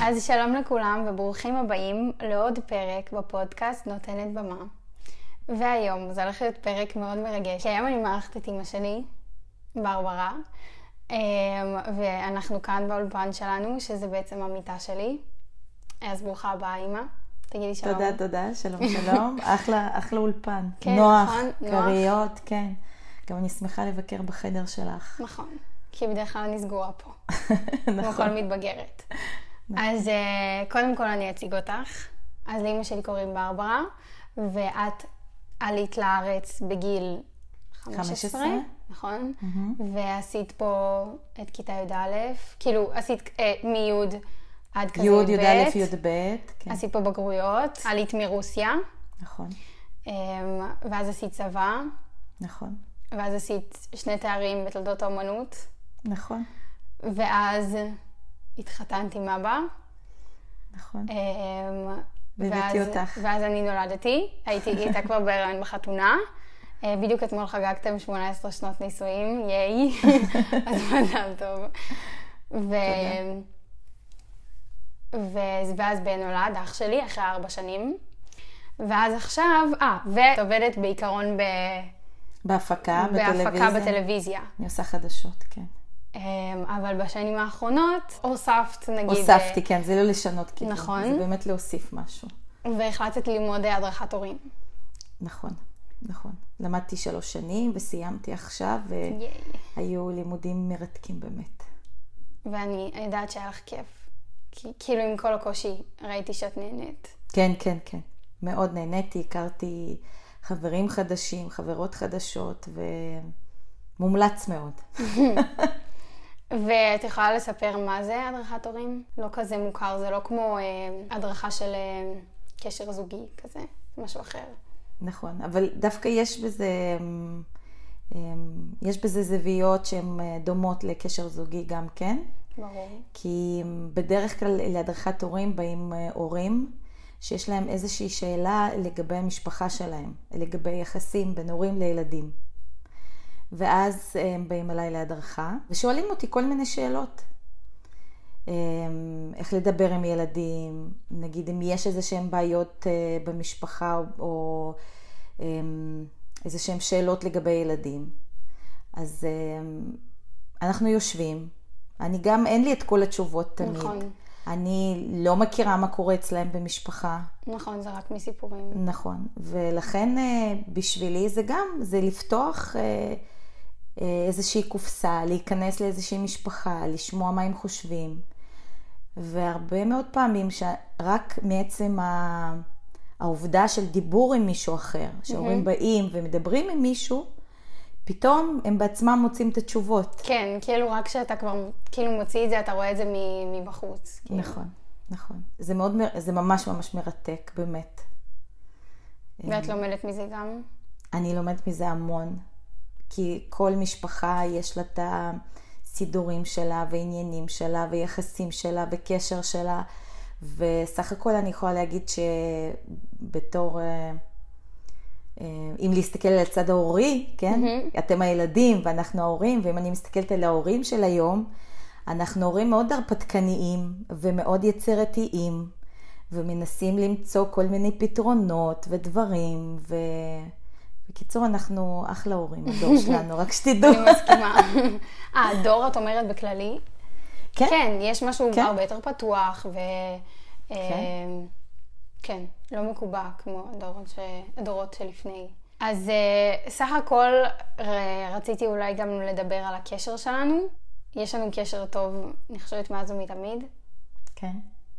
אז שלום לכולם וברוכים הבאים לעוד פרק בפודקאסט נותנת במה. והיום זה הולך להיות פרק מאוד מרגש. היום אני מארחת את אמא שלי, ברברה, ואנחנו כאן באולפן שלנו, שזה בעצם המיטה שלי. אז ברוכה הבאה, אמא. תגידי שלום. תודה, שלום. אחלה אולפן. כן, נוח, נכון, קריות, כן. גם אני שמחה לבקר בחדר שלך. נכון, כי בדרך כלל אני סגורה פה. נכון. כמו כל מתבגרת. אז קודם כל אני אציג אותך. אז לאמא שלי קוראים ברברה, ואת עלית לארץ בגיל 15, נכון? ועשית פה את כיתה י"א, כאילו עשית מי' עד כזה י', י"א, י"ב. עשית פה בגרויות, עלית מרוסיה. נכון. ואז עשית צבא. נכון. ואז עשית 2 תארים בתולדות האומנות. נכון. ואז התחתנתי עם אבא. נכון. והבאתי אותך. ואז אני נולדתי. הייתה כבר בהיריון בחתונה. בדיוק אתמול חגגתם 18 שנות נישואים. ייי. אז מזל טוב. ואז בן נולד אח שלי אחרי 4 שנים. ואז עכשיו, ואת עובדת בעיקרון בהפקה בטלוויזיה. אני עושה חדשות, כן. אבל בשנים האחרונות הוספת, נגיד... הוספתי, כן, זה לא לשנות, כאילו. נכון. זה באמת להוסיף משהו. והחלטת ללמוד הדרכת הורים. נכון. למדתי 3 שנים וסיימתי עכשיו, והיו לימודים מרתקים באמת. ואני יודעת שהיה לך כיף. כאילו עם כל הקושי ראיתי שאת נהנית. כן. מאוד נהניתי, הכרתי חברים חדשים, חברות חדשות, ומומלץ מאוד. ואת יכולה לספר מה זה הדרכת הורים? לא כזה מוכר, זה לא כמו הדרכה של קשר זוגי כזה, משהו אחר. נכון, אבל דווקא יש בזה זוויות שהן דומות לקשר זוגי גם כן. ברור. כי בדרך כלל להדרכת הורים באים הורים שיש להם איזושהי שאלה לגבי המשפחה שלהם, לגבי יחסים בין הורים לילדים. ואז הם באים אליי להדרכה ושואלים אותי כל מיני שאלות. איך לדבר עם ילדים, נגיד אם יש איזה שהן בעיות במשפחה או איזה שהן שאלות לגבי ילדים. אז אנחנו יושבים, אין לי את כל התשובות תמיד. נכון. אני לא מכירה מה קורה אצלהם במשפחה. נכון, זה רק מסיפורים. נכון, ולכן בשבילי זה לפתוח איזושהי קופסה, להיכנס לאיזושהי משפחה, לשמוע מה הם חושבים. והרבה מאוד פעמים שרק מעצם העובדה של דיבור עם מישהו אחר, שהורים באים ומדברים עם מישהו, פתאום הם בעצמם מוצאים את התשובות. כן, כאילו רק כשאתה כבר כאילו מוציא את זה, אתה רואה את זה מבחוץ. נכון. זה ממש מרתק, באמת. ואת לומדת מזה גם? אני לומדת מזה המון. כי כל משפחה יש לה את הסידורים שלה ועניינים שלה ויחסים שלה וקשר שלה. וסך הכל אני יכולה להגיד שבתור... אם להסתכל על הצד ההורי, כן? אתם הילדים ואנחנו ההורים, ואם אני מסתכלת על ההורים של היום, אנחנו הורים מאוד הרפתקניים ומאוד יצירתיים, ומנסים למצוא כל מיני פתרונות ודברים, בקיצור אנחנו אחלה הורים, הדור שלנו, רק שתדעו. אני מסכימה. הדור את אומרת בכללי? כן. כן, יש משהו הרבה יותר פתוח כן, לא מקובע כמו הדורות שלפני. אז סך הכל רציתי אולי גם לדבר על הקשר שלנו. יש לנו קשר טוב, אני חושבת מאז ומתמיד. כן.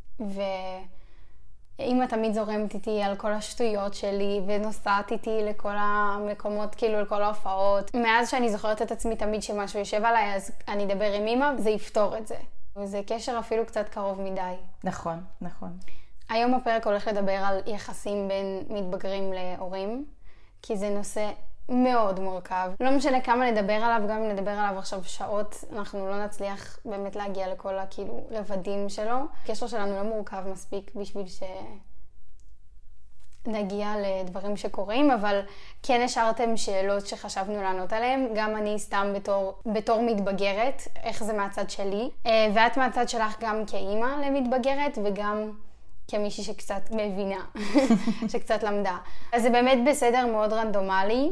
ואמא תמיד זורמת איתי על כל השטויות שלי, ונוסעת איתי לכל המקומות, כאילו לכל ההופעות. מאז שאני זוכרת את עצמי תמיד שמשהו יושב עליי, אז אני אדבר עם אמא, וזה יפתור את זה. וזה קשר אפילו קצת קרוב מדי. נכון. היום הפרק הולך לדבר על יחסים בין מתבגרים להורים, כי זה נושא מאוד מורכב. לא משנה כמה נדבר עליו, גם אם נדבר עליו עכשיו שעות, אנחנו לא נצליח באמת להגיע לכל רבדים שלו. הקשר שלנו לא מורכב מספיק בשביל נגיע לדברים שקורים, אבל כן השארתם שאלות שחשבנו לענות עליהם, גם אני סתם בתור מתבגרת, איך זה מהצד שלי, ואת מהצד שלך גם כאימא למתבגרת, וגם כמישהי שקצת מבינה, שקצת למדה. אז זה באמת בסדר מאוד רנדומלי,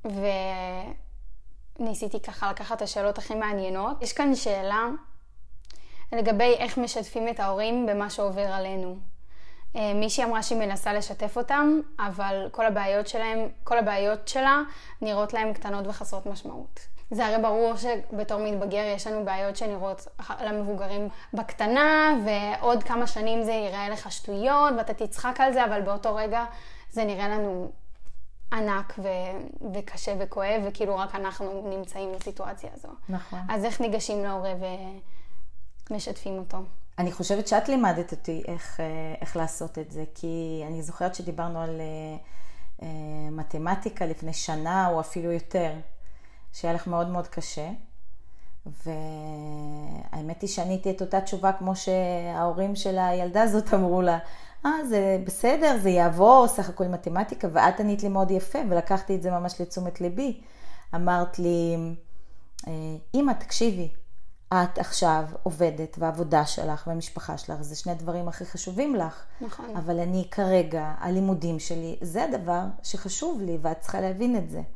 וניסיתי ככה לקחת את השאלות הכי מעניינות. יש כאן שאלה לגבי איך משתפים את ההורים במה שעובר עלינו. מישהי אמרה שהיא מנסה לשתף אותם, אבל כל הבעיות שלה נראות להם קטנות וחסרות משמעות. זה הרי ברור שבתור מתבגר יש לנו בעיות שנראות למבוגרים בקטנה, ועוד כמה שנים זה יראה לך שטויות, ואתה תצחק על זה, אבל באותו רגע זה נראה לנו ענק וקשה וכואב, וכאילו רק אנחנו נמצאים בסיטואציה הזו. נכון. אז איך ניגשים להורה ומשתפים אותו? אני חושבת שאת לימדת אותי איך לעשות את זה, כי אני זוכרת שדיברנו על מתמטיקה לפני שנה או אפילו יותר, שהיה לך מאוד מאוד קשה, והאמת היא שעניתי את אותה תשובה כמו שההורים של הילדה הזאת אמרו לה, זה בסדר, זה יעבור, סך הכל מתמטיקה, ואת ענית לי מאוד יפה, ולקחתי את זה ממש לתשומת ליבי. אמרת לי, אמא, תקשיבי, את עכשיו עובדת, והעבודה שלך והמשפחה שלך, זה שני דברים הכי חשובים לך. נכון. אבל אני כרגע, הלימודים שלי, זה הדבר שחשוב לי, ואת צריכה להבין את זה.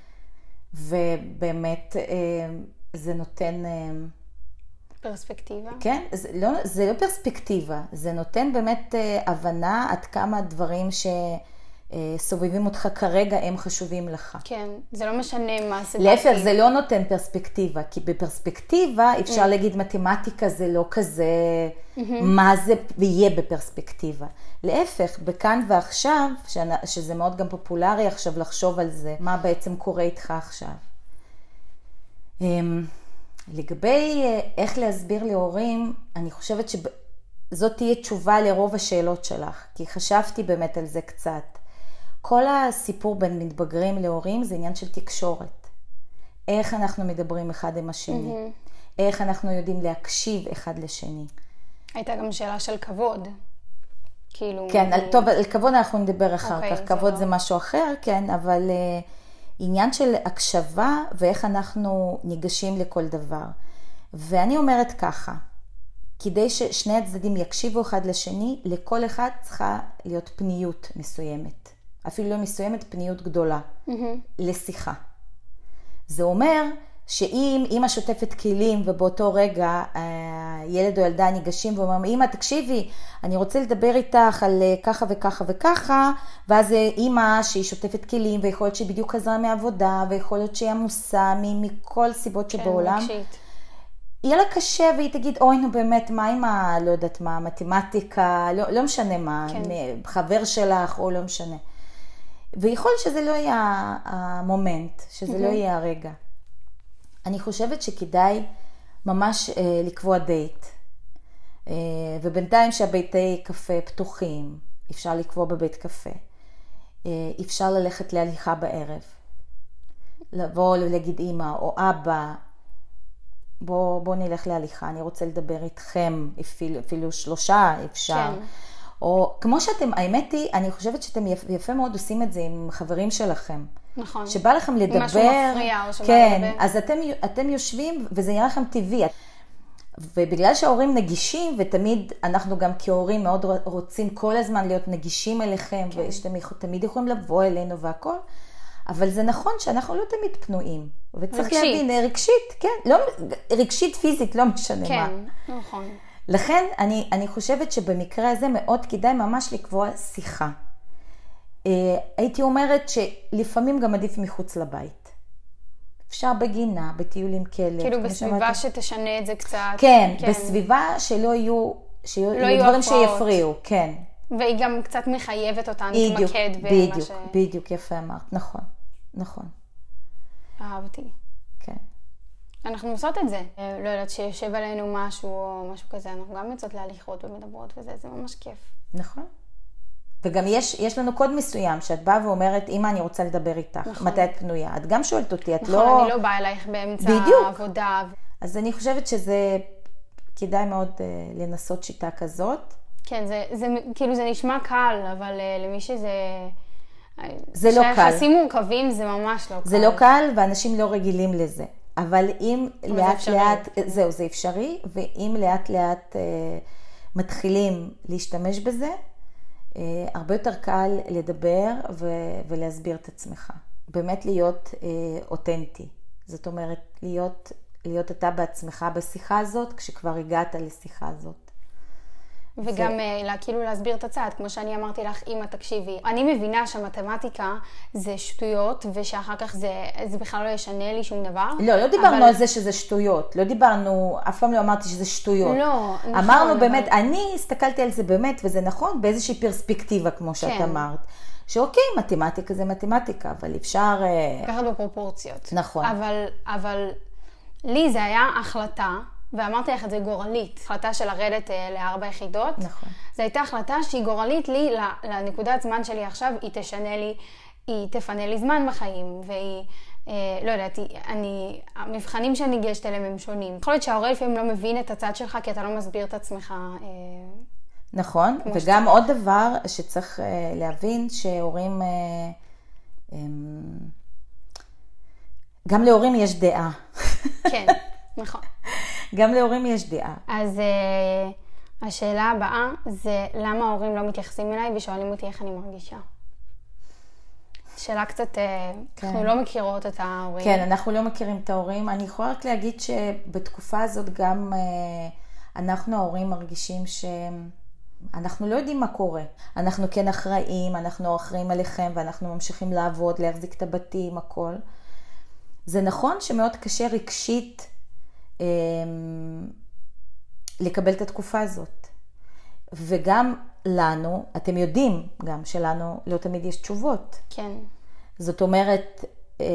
ובאמת, זה נותן... פרספקטיבה? כן, זה לא פרספקטיבה, זה נותן באמת הבנה עד כמה דברים שסובבים אותך כרגע הם חשובים לך. כן, זה לא משנה מה זה. להפך, זה לא נותן פרספקטיבה, כי בפרספקטיבה אפשר להגיד מתמטיקה זה לא כזה, מה זה ויהיה בפרספקטיבה. להפך, בכאן ועכשיו, שזה מאוד גם פופולרי עכשיו לחשוב על זה, מה בעצם קורה איתך עכשיו. לגבי איך להסביר להורים, אני חושבת שזאת תהיה תשובה לרוב השאלות שלך, כי חשבתי באמת על זה קצת. כל הסיפור בין מתבגרים להורים זה עניין של תקשורת. איך אנחנו מדברים אחד עם השני, איך אנחנו יודעים להקשיב אחד לשני. הייתה גם שאלה של כבוד. כאילו... כן, טוב, על כבוד אנחנו נדבר אחר כך, כבוד זה משהו אחר, כן, אבל... עניין של הקשבה ואיך אנחנו ניגשים לכל דבר. ואני אומרת ככה, כדי ששני הצדדים יקשיבו אחד לשני, לכל אחד צריכה להיות פניות מסוימת. אפילו לא מסוימת, פניות גדולה. לשיחה. זה אומר שאם אמא שוטפת כלים ובאותו רגע ילד או ילדה ניגשים ואומרים, אמא תקשיבי, אני רוצה לדבר איתך על ככה וככה וככה, ואז אמא שהיא שוטפת כלים ויכול להיות שהיא בדיוק חזרה מעבודה ויכול להיות שהיא עמוסה מכל סיבות שבעולם. רגשית. יהיה לה קשה והיא תגיד, אוי נו באמת, מה עם לא יודעת מה, מתמטיקה, לא משנה מה, חבר שלך או לא משנה. ויכול שזה לא יהיה המומנט, שזה לא יהיה הרגע. אני חושבת שכדאי ממש לקבוע דייט. ובינתיים שהביתי קפה פתוחים, אפשר לקבוע בבית קפה. אפשר ללכת להליכה בערב. לבוא ולהגיד אמא או אבא, בוא נלך להליכה, אני רוצה לדבר איתכם, אפילו 3 אפשר. כן. או כמו שאתם, האמת היא, אני חושבת שאתם יפה מאוד עושים את זה עם חברים שלכם. נכון. שבא לכם לדבר. משהו מפריע או שבא כן, לדבר. אז אתם יושבים וזה נראה לכם טבעי. ובגלל שההורים נגישים, ותמיד אנחנו גם כהורים מאוד רוצים כל הזמן להיות נגישים אליכם, כן. ושאתם תמיד יכולים לבוא אלינו והכל, אבל זה נכון שאנחנו לא תמיד פנויים. וצריך להבין, רגשית, כן, לא, רגשית פיזית, לא משנה כן, מה. כן, נכון. לכן אני חושבת שבמקרה הזה מאוד כדאי ממש לקבוע שיחה. הייתי אומרת שלפעמים גם עדיף מחוץ לבית. אפשר בגינה, בטיולים כלב. כאילו בסביבה שתשנה את זה קצת. כן, בסביבה שלא יהיו דברים שיפריעו, כן. והיא גם קצת מחייבת אותה, נתמקד במה ש... בדיוק, יפה אמרת, נכון. אהבתי. כן. אנחנו עושות את זה. לא יודעת שיושב עלינו משהו או משהו כזה, אנחנו גם יוצאות להליכות ומדברות וזה, זה ממש כיף. נכון. וגם יש לנו קוד מסוים, שאת באה ואומרת, אמא, אני רוצה לדבר איתך. נכון. מתי את פנויה? את גם שואלת אותי, את לא... נכון, אני לא באה אלייך באמצע העבודה. אז אני חושבת שזה כדאי מאוד לנסות שיטה כזאת. כן, כאילו זה נשמע קל, אבל למי שזה... זה לא קל. שהיחסים מורכבים זה ממש לא קל. זה לא קל, ואנשים לא רגילים לזה. אבל אם לאט לאט, זהו, זה אפשרי, ואם לאט לאט מתחילים להשתמש בזה, הרבה יותר קל לדבר ולהסביר את עצמך. באמת להיות אותנטי. זאת אומרת, להיות אתה בעצמך בשיחה הזאת, כשכבר הגעת לשיחה הזאת. וגם כאילו להסביר את הצד, כמו שאני אמרתי לך, אמא תקשיבי. אני מבינה שהמתמטיקה זה שטויות, ושאחר כך זה בכלל לא ישנה לי שום דבר. לא דיברנו על זה שזה שטויות. לא דיברנו, אף פעם לא אמרתי שזה שטויות. לא, נכון. אמרנו באמת, אני הסתכלתי על זה באמת, וזה נכון, באיזושהי פרספקטיבה, כמו שאת אמרת. שאוקיי, מתמטיקה זה מתמטיקה, אבל אפשר... ככה בפרופורציות. נכון. אבל לי זה היה החלטה, ואמרתי לך את זה גורלית, החלטה של לרדת ל4 יחידות. נכון. זו הייתה החלטה שהיא גורלית לי, לנקודת זמן שלי עכשיו, היא תפנה לי זמן בחיים, והיא, לא יודעת, המבחנים שאני ניגשת אליהם הם שונים. יכול להיות שההורה לפעמים לא מבין את הצד שלך, כי אתה לא מסביר את עצמך. נכון, וגם עוד דבר שצריך להבין, שהורים, גם להורים יש דעה. כן, נכון. גם להורים יש דעה. אז השאלה הבאה זה למה ההורים לא מתייחסים אליי ושואלים אותי איך אני מרגישה. שאלה קצת, אנחנו לא מכירות את ההורים. כן, אנחנו לא מכירים את ההורים. אני יכולה רק להגיד שבתקופה הזאת גם אנחנו ההורים מרגישים שאנחנו לא יודעים מה קורה. אנחנו כן אחראים, אנחנו אחראים עליכם ואנחנו ממשיכים לעבוד, להחזיק את הבתים, הכל. זה נכון שמאוד קשה רגשית לקבל את התקופה הזאת. וגם לנו, אתם יודעים גם שלנו לא תמיד יש תשובות. כן. זאת אומרת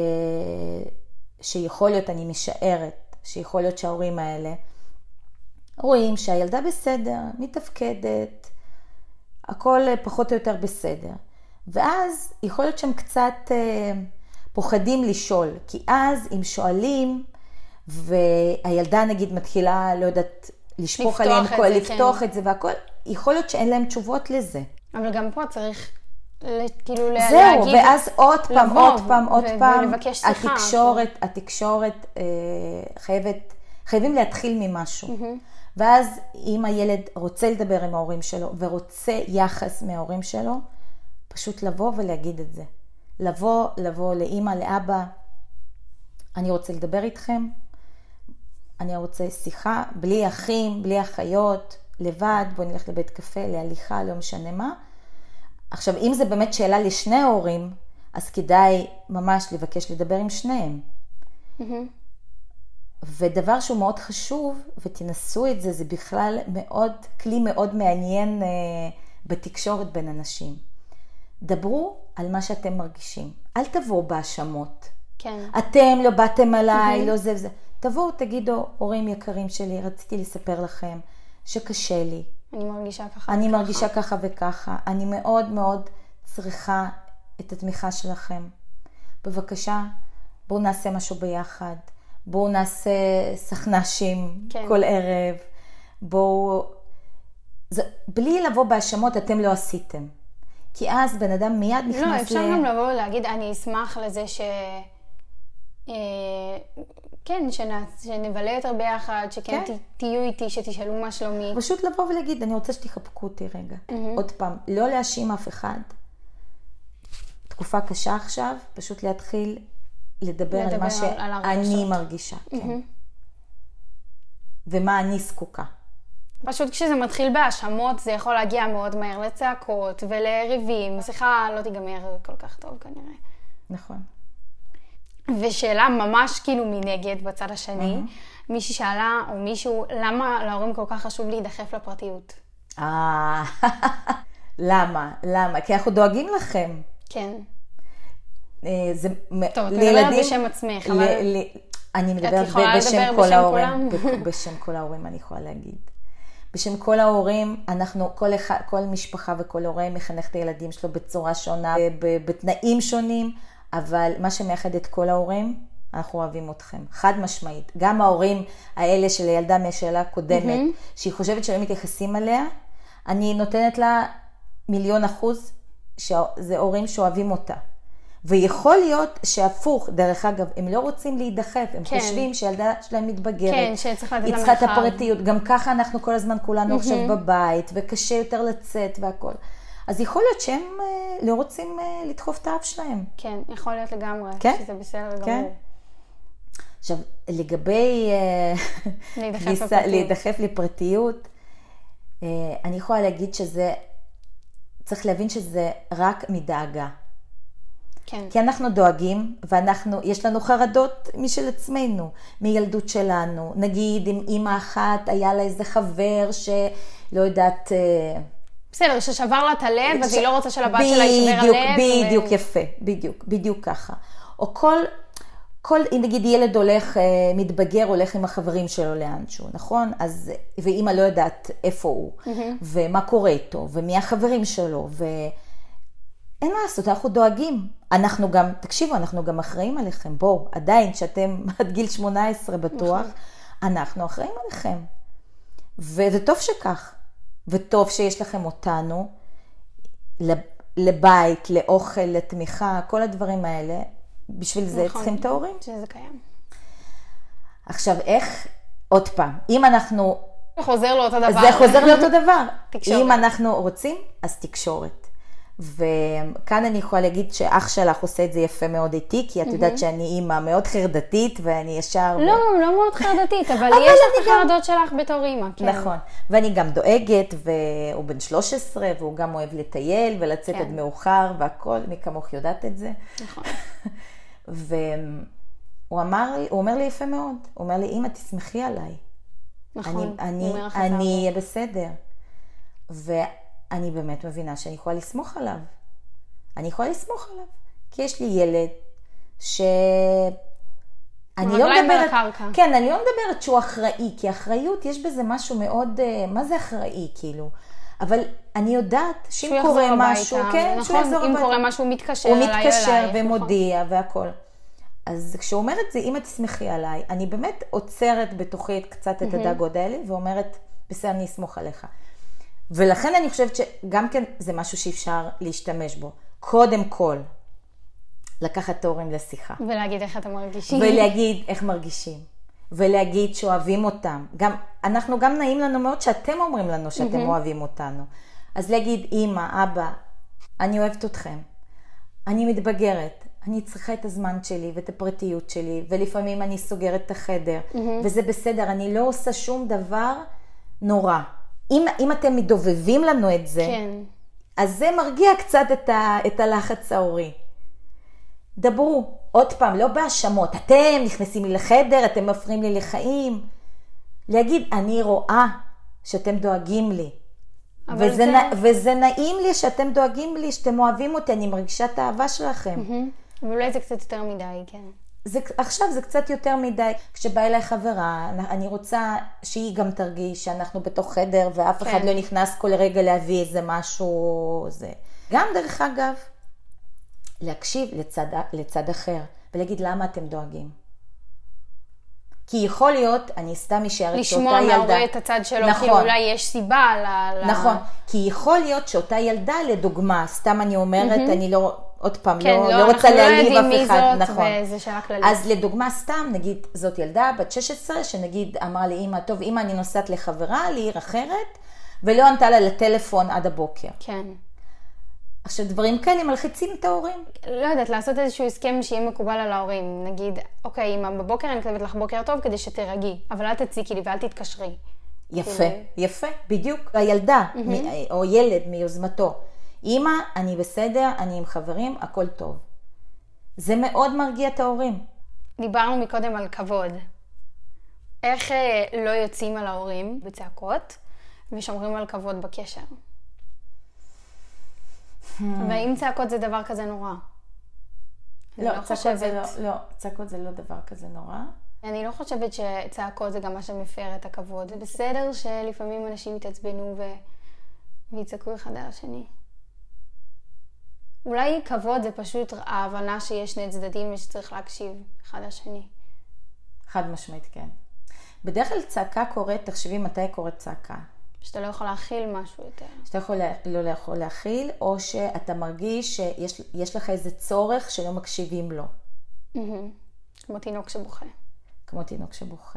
שיכול להיות, אני משערת, שיכול להיות שההורים האלה רואים שהילדה בסדר, מתפקדת, הכל פחות או יותר בסדר. ואז יכול להיות שהם קצת פוחדים לשאול, כי אז אם שואלים, והילדה נגיד מתחילה, לא יודעת, לשפוך עליהם, לפתוח את זה והכל, יכול להיות שאין להם תשובות לזה. אבל גם פה צריך כאילו להגיד... זהו, ואז עוד פעם, ולבקש שיחה. התקשורת חייבים להתחיל ממשהו. ואז אם הילד רוצה לדבר עם ההורים שלו, ורוצה יחס מההורים שלו, פשוט לבוא ולהגיד את זה. לבוא לאמא, לאבא, אני רוצה לדבר איתכם, אני רוצה שיחה, בלי אחים, בלי אחיות, לבד, בוא נלך לבית קפה, להליכה, לא משנה מה. עכשיו, אם זה באמת שאלה לשני ההורים, אז כדאי ממש לבקש לדבר עם שניהם. ודבר שהוא מאוד חשוב, ותנסו את זה, זה בכלל כלי מאוד מעניין בתקשורת בין אנשים. דברו על מה שאתם מרגישים. אל תבואו בהאשמות. כן. אתם לא באתם עליי, לא זה וזה. תבואו, תגידו, הורים יקרים שלי, רציתי לספר לכם שקשה לי. אני מרגישה ככה. אני מרגישה ככה וככה. אני מאוד מאוד צריכה את התמיכה שלכם. בבקשה, בואו נעשה משהו ביחד. בואו נעשה סכנשים כל ערב. בואו... בלי לבוא בהאשמות, אתם לא עשיתם. כי אז בן אדם מיד נכנס לא, אפשר גם לבוא ולהגיד, אני אשמח לזה כן, שנבלה יותר ביחד, שכן תהיו איתי, שתשאלו מה שלומי. פשוט לבוא ולהגיד, אני רוצה שתחבקו אותי רגע. עוד פעם, לא להאשים אף אחד. תקופה קשה עכשיו, פשוט להתחיל לדבר על מה שאני מרגישה. ומה אני זקוקה. פשוט כשזה מתחיל בהאשמות, זה יכול להגיע מאוד מהר לצעקות ולריבים. השיחה לא תיגמר כל כך טוב כנראה. נכון. ושאלה ממש כאילו מנגד בצד השני, מישהי שאלה או מישהו, למה להורים כל כך חשוב להידחף לפרטיות? למה? כי אנחנו דואגים לכם. כן. זה טוב, את מדברת בשם עצמך, אבל... אני מדברת בשם כל ההורים. בשם כל ההורים אני יכולה להגיד. בשם כל ההורים, כל משפחה וכל הורה מחנך את הילדים שלו בצורה שונה, בתנאים שונים, אבל מה שמייחד את כל ההורים, אנחנו אוהבים אתכם. חד משמעית. גם ההורים האלה של הילדה מהשאלה הקודמת, שהיא חושבת שלא מתייחסים עליה, אני נותנת לה 1,000,000% שזה הורים שאוהבים אותה. ויכול להיות שהפוך, דרך אגב, הם לא רוצים להידחף, הם חושבים שילדה שלהם מתבגרת. כן, שצריך לתת היא צריכה את הפרטיות. גם ככה אנחנו כל הזמן כולנו עכשיו בבית, וקשה יותר לצאת והכל. אז יכול להיות שהם לא רוצים לדחוף את האף שלהם. כן, יכול להיות לגמרי, שזה בסדר גמור. עכשיו, לגבי להידחף לפרטיות, אני יכולה להגיד שזה, צריך להבין שזה רק מדאגה. כן. כי אנחנו דואגים, יש לנו חרדות משל עצמנו, מילדות שלנו. נגיד, אם אמא אחת היה לה איזה חבר שלא יודעת... בסדר, ששבר לה את הלב, אז היא לא רוצה שלבת שלה יישבר הלב. בדיוק, יפה, בדיוק ככה. או נגיד ילד הולך, מתבגר, הולך עם החברים שלו לאנשהו, נכון? אז, ואמא לא יודעת איפה הוא, ומה קורה איתו, ומי החברים שלו, אין מה לעשות, אנחנו דואגים. אנחנו גם, תקשיבו, אנחנו גם אחראים עליכם. בואו, עדיין, שאתם עד גיל 18 בטוח, אנחנו אחראים עליכם. וזה טוב שכך. וטוב שיש לכם אותנו, לבית, לאוכל, לתמיכה, כל הדברים האלה. בשביל זה צריכים את ההורים. שזה קיים. עכשיו, איך, עוד פעם, אם אנחנו... זה חוזר לאותו דבר. זה חוזר לאותו דבר. תקשורת. אם אנחנו רוצים, אז תקשורת. וכאן אני יכולה להגיד שאח שלך עושה את זה יפה מאוד איתי, כי את יודעת שאני אימא מאוד חרדתית, ואני ישר... לא מאוד חרדתית, אבל יש לך החרדות שלך בתור אימא. נכון, ואני גם דואגת, והוא בן 13, והוא גם אוהב לטייל, ולצאת עד מאוחר, והכל, מי כמוך יודעת את זה. נכון. והוא אומר לי יפה מאוד, הוא אומר לי, אימא, תשמחי עליי. נכון, אני אהיה בסדר. אני באמת מבינה שאני יכולה לסמוך עליו. אני יכולה לסמוך עליו. כי יש לי ילד אני לא מדברת... כן, אני לא מדברת שהוא אחראי, כי אחריות יש בזה משהו מאוד... מה זה אחראי, כאילו? אבל אני יודעת שאם קורה משהו... כן, נכון, אם קורה משהו, הוא מתקשר אליי. הוא מתקשר ומודיע והכל. אז כשהוא אומר את זה, אם את תסמכי עליי, אני באמת עוצרת בתוכי קצת את הדאגות האלה, ואומרת, בסדר, אני אסמוך עליך. ולכן אני חושבת שגם כן זה משהו שאפשר להשתמש בו. קודם כל, לקחת את ההורים לשיחה. ולהגיד איך אתם מרגישים. ולהגיד איך מרגישים. ולהגיד שאוהבים אותם. אנחנו גם נעים לנו מאוד שאתם אומרים לנו שאתם אוהבים אותנו. אז להגיד, אמא, אבא, אני אוהבת אתכם. אני מתבגרת. אני צריכה את הזמן שלי ואת הפרטיות שלי. ולפעמים אני סוגרת את החדר. וזה בסדר, אני לא עושה שום דבר נורא. אם אתם מדובבים לנו את זה, כן. אז זה מרגיע קצת את הלחץ ההורי. דברו, עוד פעם, לא בהאשמות. אתם נכנסים לי לחדר, אתם מפריעים לי לחיים. להגיד, אני רואה שאתם דואגים לי. וזה נעים לי שאתם דואגים לי, שאתם אוהבים אותי, אני מרגישה את האהבה שלכם. אבל אולי זה קצת יותר מדי, כן. עכשיו זה קצת יותר מדי. כשבא אליי חברה, אני רוצה שהיא גם תרגיש שאנחנו בתוך חדר, ואף אחד לא נכנס כל רגע להביא איזה משהו. גם דרך אגב, להקשיב לצד אחר, ולהגיד למה אתם דואגים. כי יכול להיות, אני סתם משארת שאותה ילדה... לשמוע מההורה את הצד שלו, נכון. כי אולי יש סיבה נכון, כי יכול להיות שאותה ילדה, לדוגמה, סתם אני אומרת, אני לא... עוד פעם, כן, לא רוצה להעליב אף אחד, נכון. וזה שאלה כללית. אז לדוגמה סתם, נגיד, זאת ילדה בת 16, שנגיד אמרה לי, אמא, טוב, אמא, אני נוסעת לחברה לעיר אחרת, ולא ענתה לה לטלפון עד הבוקר. כן. עכשיו, דברים כאלה מלחיצים את ההורים. לא יודעת, לעשות איזשהו הסכם שיהיה מקובל על ההורים. נגיד, אוקיי, אמא, בבוקר אני כתבת לך בוקר טוב כדי שתרגי, אבל אל תציקי לי ואל תתקשרי. יפה, יפה, בדיוק. הילדה, או ילד מיוזמתו. אמא, אני בסדר, אני עם חברים, הכל טוב. זה מאוד מרגיע את ההורים. דיברנו מקודם על כבוד. איך לא יוצאים על ההורים בצעקות ושומרים על כבוד בקשר? והאם צעקות זה דבר כזה נורא? לא, צעקות זה לא דבר כזה נורא. אני לא חושבת שצעקות זה גם מה שמפר את הכבוד. זה בסדר שלפעמים אנשים יתעצבנו ויצעקו אחד על השני. אולי כבוד זה פשוט ההבנה שיש שני צדדים ושצריך להקשיב אחד לשני. חד משמעית, כן. בדרך כלל צעקה קורית, תחשבי מתי קורית צעקה. שאתה לא יכול להכיל משהו יותר. שאתה לא יכול להכיל, או שאתה מרגיש שיש לך איזה צורך שלא מקשיבים לו. כמו תינוק שבוכה. כמו תינוק שבוכה.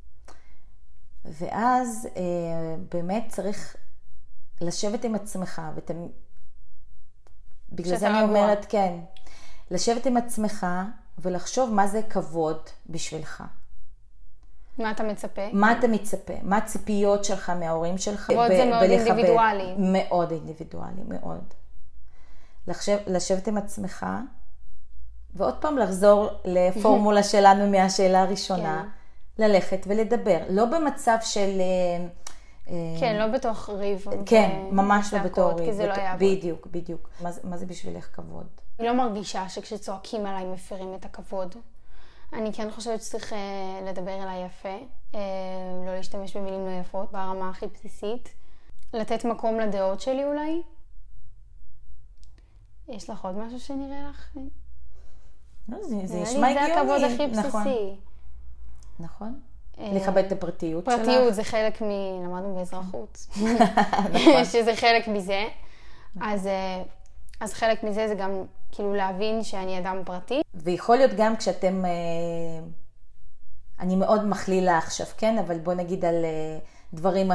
ואז באמת צריך לשבת עם עצמך, בגלל זה אני אומרת, כן, לשבת עם עצמך ולחשוב מה זה כבוד בשבילך. מה אתה מצפה? מה אתה מצפה? מה הציפיות שלך מההורים שלך? כבוד זה מאוד אינדיבידואלי. מאוד אינדיבידואלי, מאוד. לשבת עם עצמך, ועוד פעם לחזור לפורמולה שלנו מהשאלה הראשונה, ללכת ולדבר. לא במצב של... כן, לא בתוך ריב. כן, ממש לא בתור ריב. כי זה לא יעבוד. בדיוק, בדיוק. מה זה בשבילך כבוד? אני לא מרגישה שכשצועקים עליי מפרים את הכבוד. אני כן חושבת שצריך לדבר אליי יפה, לא להשתמש במילים לא יפות, ברמה הכי בסיסית. לתת מקום לדעות שלי אולי. יש לך עוד משהו שנראה לך? לא, זה נשמע הגיוני. זה הכבוד הכי בסיסי. נכון. לכבד את הפרטיות שלך. פרטיות זה חלק למדנו באזרחות. שזה חלק מזה. אז חלק מזה זה גם כאילו להבין שאני אדם פרטי. ויכול להיות גם כשאתם, אני מאוד מכלילה עכשיו, כן? אבל בוא נגיד על דברים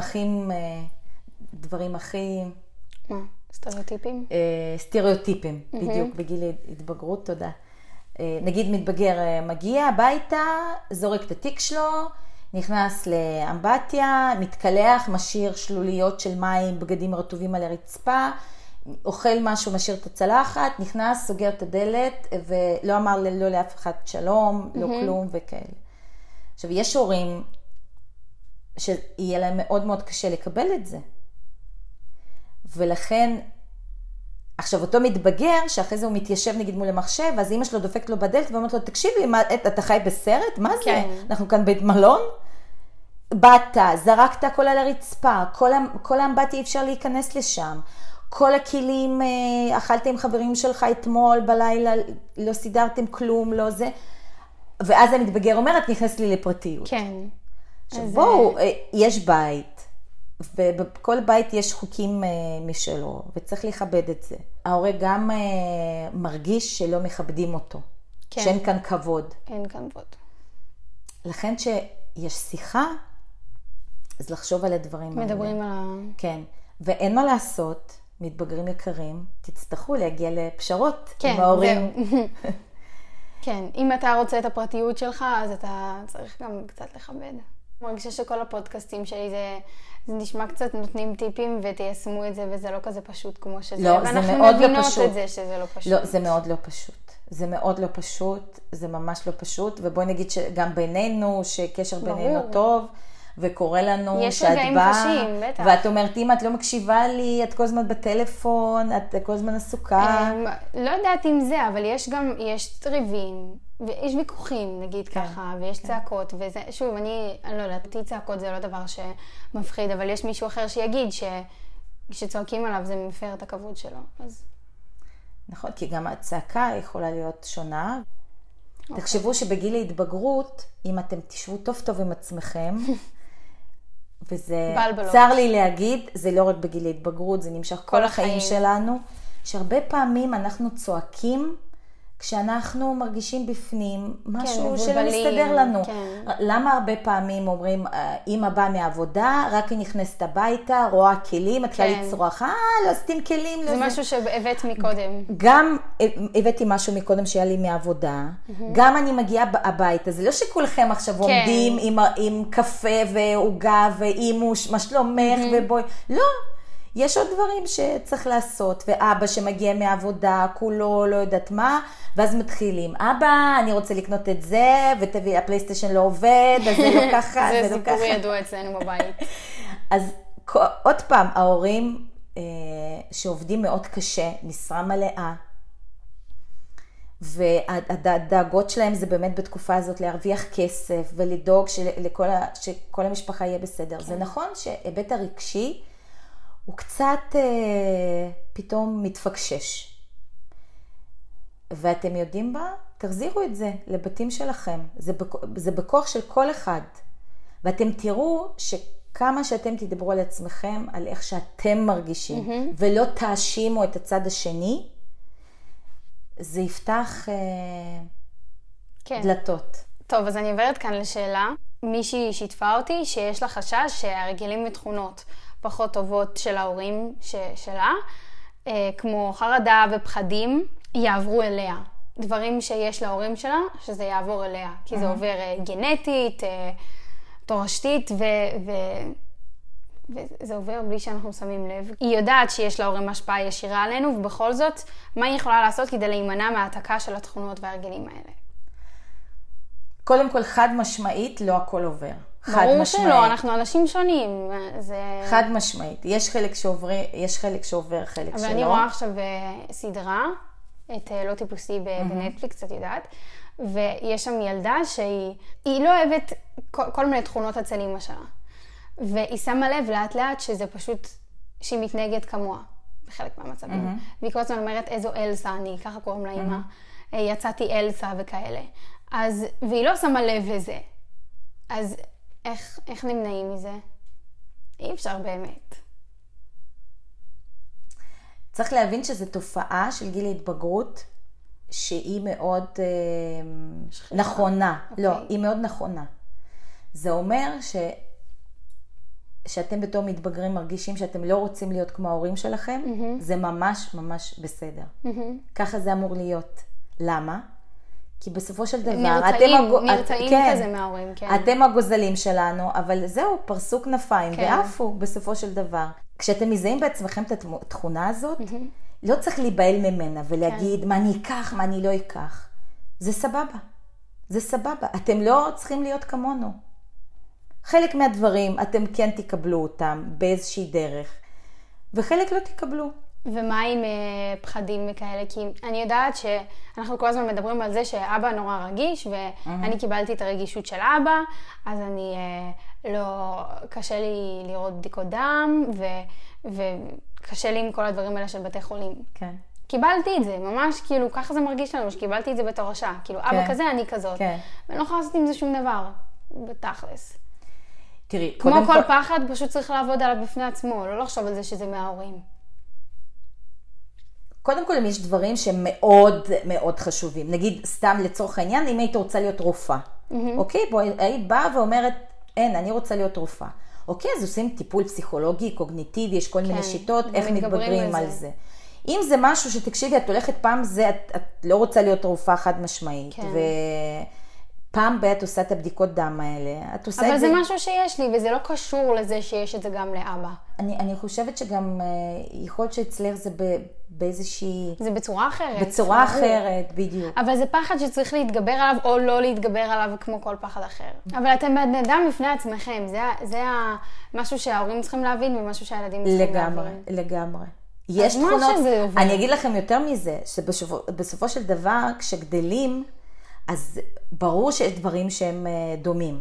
הכי... מה? סטריאוטיפים? סטריאוטיפים, בדיוק, בגיל התבגרות, תודה. נגיד מתבגר מגיע הביתה, זורק את התיק שלו, נכנס לאמבטיה, מתקלח, משאיר שלוליות של מים, בגדים רטובים על הרצפה, אוכל משהו, משאיר את הצלחת, נכנס, סוגר את הדלת, ולא אמר לא לאף אחד שלום, לא כלום וכאלה. עכשיו, יש הורים שיהיה להם מאוד מאוד קשה לקבל את זה. ולכן, עכשיו אותו מתבגר, שאחרי זה הוא מתיישב נגיד מול המחשב, אז אמא שלו דופקת לו בדלת ואומרת לו, תקשיב לי, אתה חי בסרט? מה זה? אנחנו כאן בית מלון? באת, זרקת הכל על הרצפה, כל האמבטיה אפשר להיכנס לשם. כל הכלים, אכלתם עם חברים שלך אתמול בלילה, לא סידרתם כלום, לא זה. ואז המתבגר אומרת, נכנס לי לפרטיות. כן. עכשיו בואו, יש בית, ובכל בית יש חוקים משלו, וצריך לכבד את זה. ההורה גם מרגיש שלא מכבדים אותו. כן. שאין כאן כבוד. אין כאן כבוד. לכן שיש שיחה, אז לחשוב על הדברים האלה. מדברים על כן. ואין מה לעשות, מתבגרים יקרים, תצטרכו להגיע לפשרות עם ההורים. כן, אם אתה רוצה את הפרטיות שלך, אז אתה צריך גם קצת לכבד. אני מרגישה שכל הפודקאסטים שלי זה נשמע קצת נותנים טיפים ותיישמו את זה, וזה לא כזה פשוט כמו שזה. לא, זה מאוד לא פשוט. ואנחנו מבינות את זה שזה לא פשוט. לא, זה מאוד לא פשוט. זה מאוד לא פשוט, זה ממש לא פשוט, ובואי נגיד שגם בינינו, שקשר בינינו טוב, וקורא לנו שאת באה, ואת אומרת, אם את לא מקשיבה לי, את כל הזמן בטלפון, את כל הזמן עסוקה. לא יודעת אם זה, אבל יש טריבים, ויש ויכוחים, נגיד ככה, ויש צעקות, וזה, שוב, אני לא יודעת, צעקות זה לא דבר שמפחיד, אבל יש מישהו אחר שיגיד שצועקים עליו זה מפר את הכבוד שלו, אז... נכון, כי גם הצעקה יכולה להיות שונה. תחשבו שבגיל ההתבגרות, אם אתם תשבו טוב טוב עם עצמכם, וזה צר לי להגיד, זה לא רק בגיל ההתבגרות, זה נמשך כל החיים שלנו, שהרבה פעמים אנחנו צועקים, כשאנחנו מרגישים בפנים משהו שלא מסתדר לנו. למה הרבה פעמים אומרים, אמא באה מעבודה, רק היא נכנסת הביתה, רואה כלים, מתחילה לצרוח, לא עשיתם כלים. זה משהו שהבאת מקודם. גם הבאתי משהו מקודם שהיה לי מעבודה, גם אני מגיעה הביתה, זה לא שכולכם עכשיו עומדים עם קפה ועוגה ואימוש, מה שלומך ובואי, לא. יש עוד דברים שצריך לעשות, ואבא שמגיע מהעבודה, כולו לא יודעת מה, ואז מתחילים, אבא, אני רוצה לקנות את זה, ותביא, הפלייסטיישן לא עובד, אז זה לא ככה, זה לא ככה. זה סיפור ידוע אצלנו בבית. אז עוד פעם, ההורים שעובדים מאוד קשה, משרה מלאה, והדאגות שלהם זה באמת בתקופה הזאת להרוויח כסף, ולדאוג שכל המשפחה יהיה בסדר. זה נכון שהיבט הרגשי, הוא קצת פתאום מתפקשש. ואתם יודעים בה? תחזירו את זה לבתים שלכם. זה בכוח של כל אחד. ואתם תראו כמה שאתם תדברו על עצמכם, על איך שאתם מרגישים, ולא תאשימו את הצד השני, זה יפתח דלתות. טוב, אז אני עוברת כאן לשאלה. מישהי שיתפה אותי שיש לה חשש שהרגלים ותכונות פחות טובות של ההורים שלה, כמו חרדה ופחדים, יעברו אליה. דברים שיש להורים שלה, שזה יעבור אליה. כי זה עובר גנטית, תורשתית, וזה עובר בלי שאנחנו שמים לב. היא יודעת שיש להורים השפעה ישירה עלינו, ובכל זאת, מה היא יכולה לעשות כדי להימנע מהעתקה של התכונות והרגלים האלה? קודם כל, חד משמעית, לא הכל עובר. ברור שלא, אנחנו אנשים שונים. חד משמעית. יש חלק שעובר, חלק שלא. אבל אני רואה עכשיו סדרה, את לא טיפוסי בנטפליקס, את יודעת, ויש שם ילדה שהיא לא אוהבת כל מיני תכונות אצל אמא שלה. והיא שמה לב לאט לאט שזה פשוט, שהיא מתנהגת כמוה, בחלק מהמצבים. והיא כל הזמן אומרת, איזו אלסה אני, ככה קוראים לה אמא. יצאתי אלסה וכאלה. והיא לא שמה לב לזה. אז איך נמנעים מזה? אי אפשר באמת. צריך להבין שזו תופעה של גיל ההתבגרות, שהיא מאוד נכונה. לא, היא מאוד נכונה. זה אומר שאתם בתור מתבגרים מרגישים שאתם לא רוצים להיות כמו ההורים שלכם, זה ממש ממש בסדר. ככה זה אמור להיות. למה? כי בסופו של דבר, נרתעים כזה מההורים, כן. אתם הגוזלים שלנו, אבל זהו, פרסו כנפיים ועפו בסופו של דבר. כשאתם מזהים בעצמכם את התכונה הזאת, לא צריך להיבהל ממנה ולהגיד מה אני אקח, מה אני לא אקח. זה סבבה. זה סבבה. אתם לא צריכים להיות כמונו. חלק מהדברים אתם כן תקבלו אותם באיזושהי דרך, וחלק לא תקבלו. ומה עם פחדים וכאלה? כי אני יודעת שאנחנו כל הזמן מדברים על זה שאבא נורא רגיש, ואני קיבלתי את הרגישות של אבא, אז אני קשה לי לראות בדיקות דם, וקשה לי עם כל הדברים האלה של בתי חולים. כן. קיבלתי את זה, ממש כאילו, ככה זה מרגיש לנו, שקיבלתי את זה בתור השעה. כאילו, אבא כזה, אני כזאת. ואני לא יכולה לעשות עם זה שום דבר, בתכלס. תראי, כמו כל פחד, פשוט צריך לעבוד עליו בפני עצמו, לא לחשוב על זה שזה מההורים. קודם כל, יש דברים שהם מאוד מאוד חשובים. נגיד, סתם לצורך העניין, אם היית רוצה להיות רופאה. אוקיי? היית באה ואומרת, אין, אני רוצה להיות רופאה. אוקיי, אז עושים טיפול פסיכולוגי, קוגניטיבי, יש כל מיני שיטות, איך מתבגרים על זה. אם זה משהו שתקשיבי, את הולכת פעם זה, את לא רוצה להיות רופאה חד משמעית. פעם בעת עושה את הבדיקות דם האלה. אבל זה משהו שיש לי, וזה לא קשור לזה שיש את זה גם לאבא. אני חושבת שגם יכול להיות שאצלך זה באיזושהי... זה בצורה אחרת. בצורה אחרת, בדיוק. אבל זה פחד שצריך להתגבר עליו, או לא להתגבר עליו כמו כל פחד אחר. אבל אתם בן אדם בפני עצמכם. זה משהו שההורים צריכים להבין, ומשהו שהילדים צריכים להבין. לגמרי. יש תכונות... אני אגיד לכם יותר מזה, שבסופו של דבר, כשגדלים, אז ברור שיש דברים שהם דומים.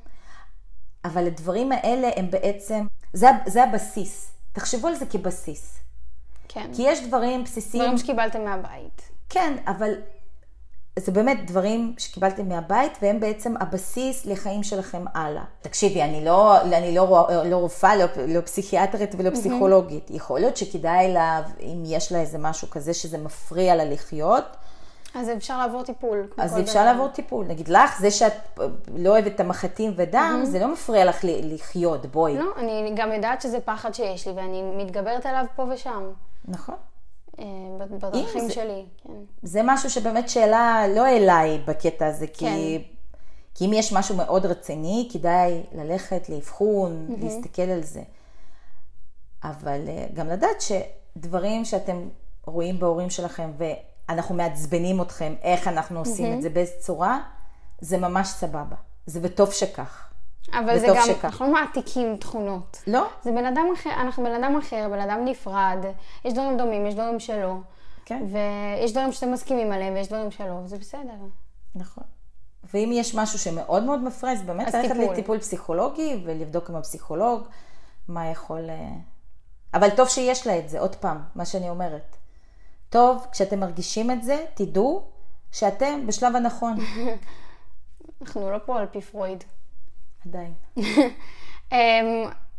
אבל הדברים האלה הם בעצם, זה הבסיס. תחשבו על זה כבסיס. כן. כי יש דברים בסיסיים... דברים שקיבלתם מהבית. כן, אבל זה באמת דברים שקיבלתם מהבית, והם בעצם הבסיס לחיים שלכם הלאה. תקשיבי, אני לא רופאה, לא פסיכיאטרית ולא פסיכולוגית. יכול להיות שכדאי לה, אם יש לה איזה משהו כזה שזה מפריע לה לחיות, אז אפשר לעבור טיפול. אז אפשר לעבור טיפול. נגיד לך, זה שאת לא אוהבת את המחטים ודם, זה לא מפריע לך לחיות, בואי. לא, אני גם יודעת שזה פחד שיש לי, ואני מתגברת עליו פה ושם. נכון. בדרכים שלי, כן. זה משהו שבאמת שאלה לא אליי בקטע הזה, כי אם יש משהו מאוד רציני, כדאי ללכת, לאבחון, להסתכל על זה. אבל גם לדעת שדברים שאתם רואים בהורים שלכם, אנחנו מעצבנים אתכם, איך אנחנו עושים את זה באיזו צורה, זה ממש סבבה. זה וטוב שכך. אבל זה גם, אנחנו לא מעתיקים תכונות. לא? זה בן אדם אחר, אנחנו בן אדם אחר, בן אדם נפרד. יש דברים דומים, יש דברים שלא. כן. ויש דברים שאתם מסכימים עליהם, ויש דברים שלא. זה בסדר. נכון. ואם יש משהו שמאוד מאוד מפריע, אז באמת ללכת לטיפול פסיכולוגי, ולבדוק עם הפסיכולוג, מה יכול... אבל טוב שיש לה את זה, עוד פעם, מה שאני אומרת. טוב, כשאתם מרגישים את זה, תדעו שאתם בשלב הנכון. אנחנו לא פה על פי פרויד. עדיין.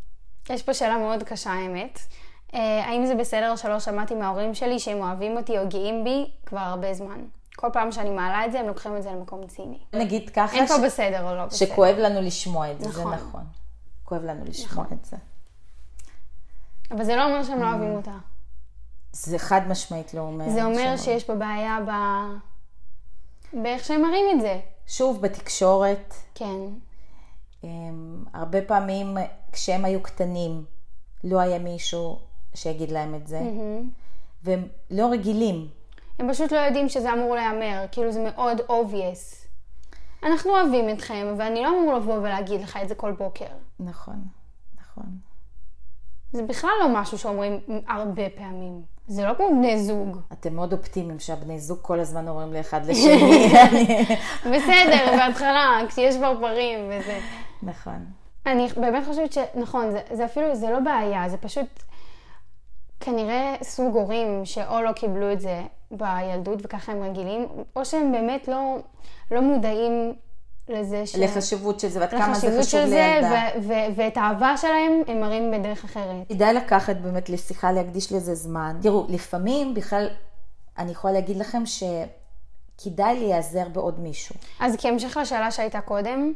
יש פה שאלה מאוד קשה, האמת. האם זה בסדר שלא שמעתי מההורים שלי שהם אוהבים אותי או גאים בי כבר הרבה זמן? כל פעם שאני מעלה את זה, הם לוקחים את זה למקום ציני. נגיד ככה אין פה בסדר או לא בסדר. שכואב לנו לשמוע את זה, נכון. זה נכון. כואב לנו לשמוע את זה. אבל זה לא אומר שהם לא אוהבים אותה. זה חד משמעית לא אומר. זה אומר שיש פה בעיה באיך שהם מראים את זה. שוב, בתקשורת. כן. הרבה פעמים כשהם היו קטנים, לא היה מישהו שיגיד להם את זה. והם לא רגילים. הם פשוט לא יודעים שזה אמור להיאמר. כאילו זה מאוד obvious. אנחנו אוהבים אתכם, ואני לא אמור לבוא ולהגיד לך את זה כל בוקר. נכון, נכון. זה בכלל לא משהו שאומרים הרבה פעמים. זה לא כמו בני זוג. אתם מאוד אופטימיים שהבני זוג כל הזמן אומרים לאחד לשני. בסדר, בהתחלה, כשיש ברברים וזה. נכון. אני באמת חושבת שנכון, זה אפילו, זה לא בעיה, זה פשוט כנראה סוג הורים שאו לא קיבלו את זה בילדות וככה הם רגילים, או שהם באמת לא מודעים לזה לחשיבות של זה, ועד כמה זה חשוב לילדה. ואת האהבה שלהם הם מראים בדרך אחרת. כדאי לקחת באמת לשיחה, להקדיש לזה זמן. תראו, לפעמים בכלל אני יכולה להגיד לכם שכדאי להיעזר בעוד מישהו. אז כהמשך לשאלה שהייתה קודם,